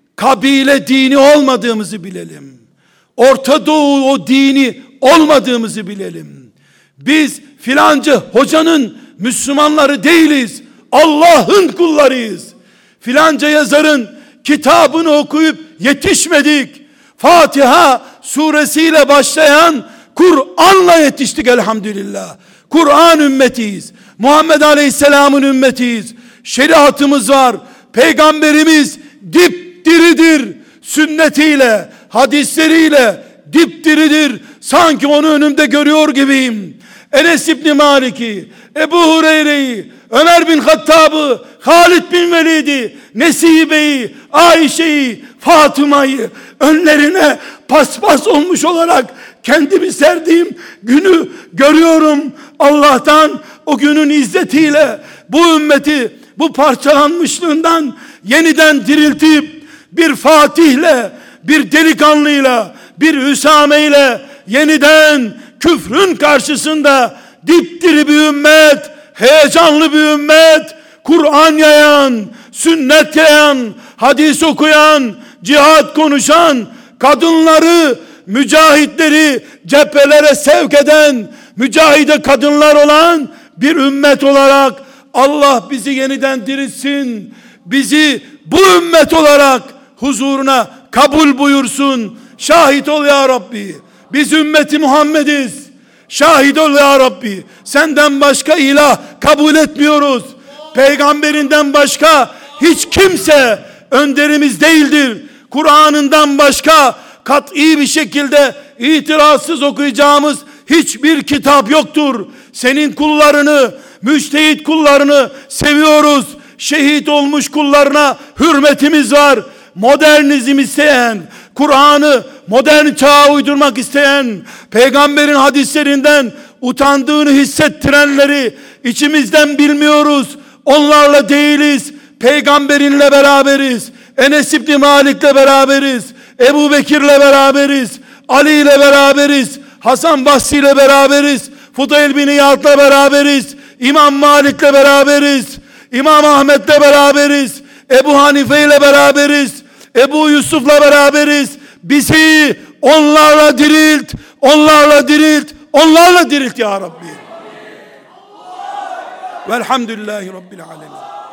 Speaker 1: kabile dini olmadığımızı bilelim. Orta Doğu o dini olmadığımızı bilelim. Biz filanca hocanın Müslümanları değiliz. Allah'ın kullarıyız. Filanca yazarın kitabını okuyup yetişmedik. Fatiha suresiyle başlayan Kur'an'la yetiştik elhamdülillah. Kur'an ümmetiyiz. Muhammed Aleyhisselam'ın ümmetiyiz. Şeriatımız var. Peygamberimiz dipdiridir. Sünnetiyle, hadisleriyle dipdiridir. Sanki onu önümde görüyor gibiyim. Enes İbni Malik'i, Ebu Hureyre'yi, Ömer bin Hattab'ı, Halid bin Velid'i, Nesibe'yi, Ayşe'yi, Fatıma'yı önlerine paspas olmuş olarak kendimi serdiğim günü görüyorum. Allah'tan o günün izzetiyle bu ümmeti bu parçalanmışlığından yeniden diriltip bir Fatih'le, bir delikanlıyla, bir Üsame'yle yeniden küfrün karşısında dipdiri bir ümmet, heyecanlı bir ümmet, Kur'an yayan, sünnet yayan, hadis okuyan, cihat konuşan, kadınları, mücahitleri cephelere sevk eden, mücahide kadınlar olan bir ümmet olarak Allah bizi yeniden diriltsin. Bizi bu ümmet olarak huzuruna kabul buyursun. Şahit ol ya Rabbi. Biz ümmeti Muhammediz. Şahit ol ya Rabbi. Senden başka ilah kabul etmiyoruz. Peygamberinden başka hiç kimse önderimiz değildir. Kur'an'ından başka kat'i bir şekilde itirazsız okuyacağımız hiçbir kitap yoktur. Senin kullarını, müçtehit kullarını seviyoruz. Şehit olmuş kullarına hürmetimiz var. Modernizm isteyen, Kur'an'ı modern çağa uydurmak isteyen, peygamberin hadislerinden utandığını hissettirenleri içimizden bilmiyoruz. Onlarla değiliz. Peygamberinle beraberiz. Enes İbni Malik'le beraberiz. Ebu Bekir'le beraberiz. Ali ile beraberiz. Hasan Basri ile beraberiz. Fudayl bin İyad'la beraberiz. İmam Malik'le beraberiz. İmam Ahmet'le beraberiz. Ebu Hanife ile beraberiz. Ebu Yusuf'la beraberiz. Bizi onlarla dirilt, onlarla dirilt, onlarla dirilt ya Rabbi. Velhamdülillahi Rabbil alemin.